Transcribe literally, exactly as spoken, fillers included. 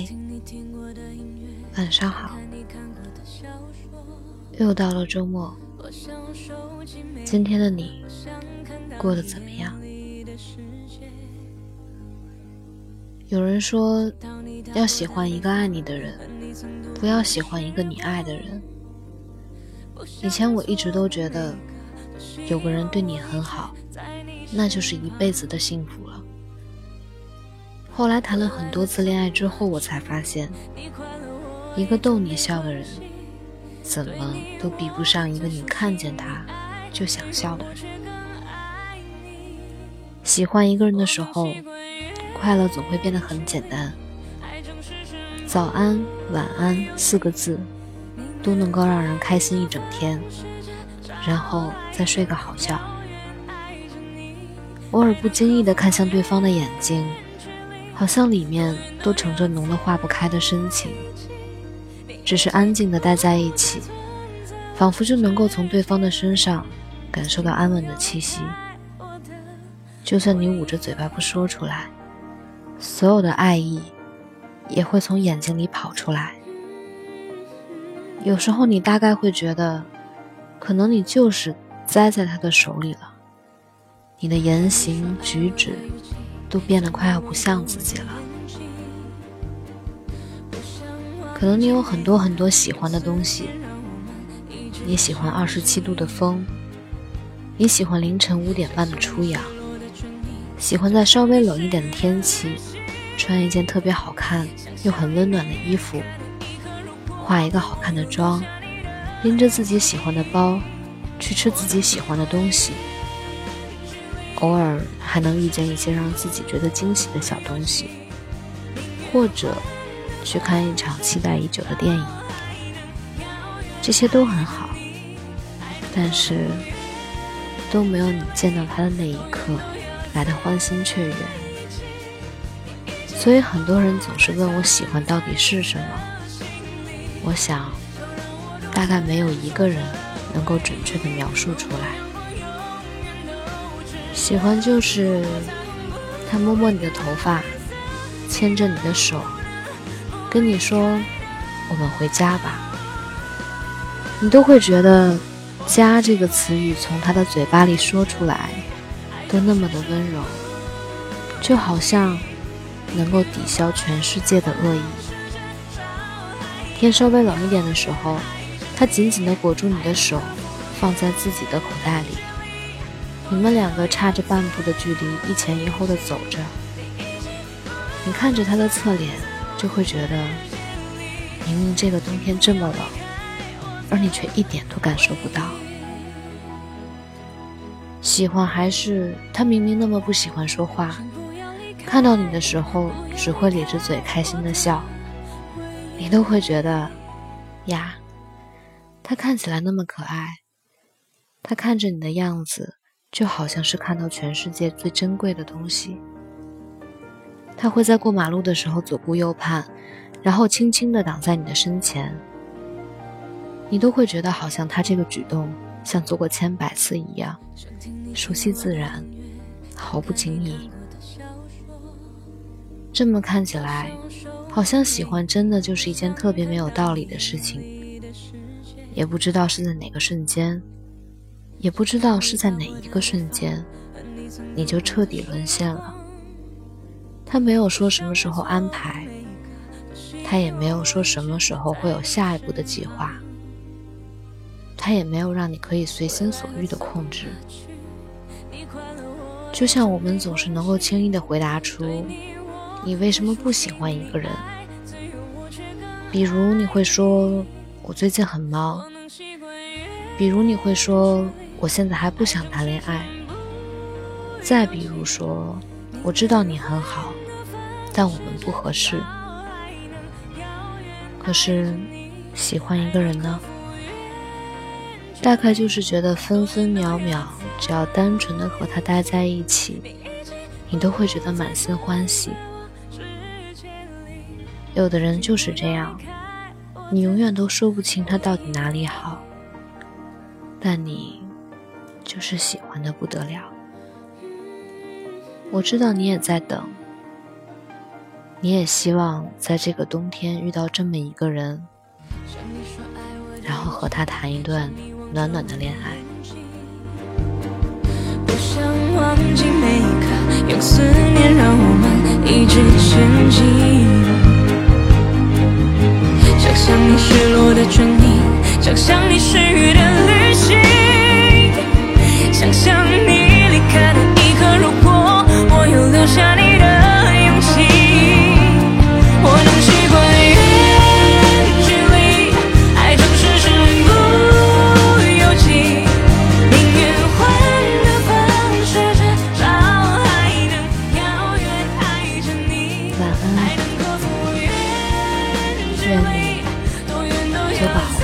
嗨，晚上好。又到了周末，今天的你过得怎么样？有人说，要喜欢一个爱你的人，不要喜欢一个你爱的人。以前我一直都觉得，有个人对你很好，那就是一辈子的幸福了。后来谈了很多次恋爱之后，我才发现，一个逗你笑的人，怎么都比不上一个你看见他就想笑的人。喜欢一个人的时候，快乐总会变得很简单，早安晚安四个字都能够让人开心一整天，然后再睡个好觉。偶尔不经意地看向对方的眼睛，好像里面都盛着浓得化不开的深情，只是安静地待在一起，仿佛就能够从对方的身上感受到安稳的气息。就算你捂着嘴巴不说出来，所有的爱意也会从眼睛里跑出来。有时候你大概会觉得，可能你就是栽在他的手里了，你的言行举止都变得快要不像自己了。可能你有很多很多喜欢的东西，你喜欢二十七度的风，你喜欢凌晨五点半的初阳，喜欢在稍微冷一点的天气穿一件特别好看又很温暖的衣服，化一个好看的妆，拎着自己喜欢的包去吃自己喜欢的东西，偶尔还能遇见一些让自己觉得惊喜的小东西，或者去看一场期待已久的电影。这些都很好，但是都没有你见到他的那一刻来得欢欣雀跃。所以很多人总是问我喜欢到底是什么，我想大概没有一个人能够准确地描述出来。喜欢就是他摸摸你的头发，牵着你的手，跟你说我们回家吧，你都会觉得家这个词语从他的嘴巴里说出来都那么的温柔，就好像能够抵消全世界的恶意。天稍微冷一点的时候，他紧紧地裹住你的手，放在自己的口袋里，你们两个差着半步的距离，一前一后地走着。你看着他的侧脸，就会觉得明明这个冬天这么冷，而你却一点都感受不到。喜欢还是他明明那么不喜欢说话，看到你的时候只会咧着嘴开心地笑，你都会觉得呀，他看起来那么可爱，他看着你的样子就好像是看到全世界最珍贵的东西。他会在过马路的时候左顾右盼，然后轻轻地挡在你的身前，你都会觉得好像他这个举动像做过千百次一样熟悉自然，毫不经意。这么看起来，好像喜欢真的就是一件特别没有道理的事情，也不知道是在哪个瞬间，也不知道是在哪一个瞬间，你就彻底沦陷了。他没有说什么时候安排，他也没有说什么时候会有下一步的计划，他也没有让你可以随心所欲的控制。就像我们总是能够轻易地回答出你为什么不喜欢一个人，比如你会说我最近很忙，比如你会说我现在还不想谈恋爱，再比如说我知道你很好，但我们不合适。可是喜欢一个人呢，大概就是觉得分分秒秒只要单纯的和他待在一起，你都会觉得满心欢喜。有的人就是这样，你永远都说不清他到底哪里好，但你就是喜欢的不得了。我知道你也在等， 你也希望在这个冬天遇到这么一个人，然后和他谈一段暖暖的恋爱。 不想忘记每一刻，用思念让我们一直前进。想象你失落的春意，想象你失语的旅行，想象你离开的一刻，如果我有留下你的勇气，我能习惯远距离，爱总是身不由己，命运换个方式，至少还能遥远爱着你。 晚安， 还能够多远距离，多远都要。 有把握。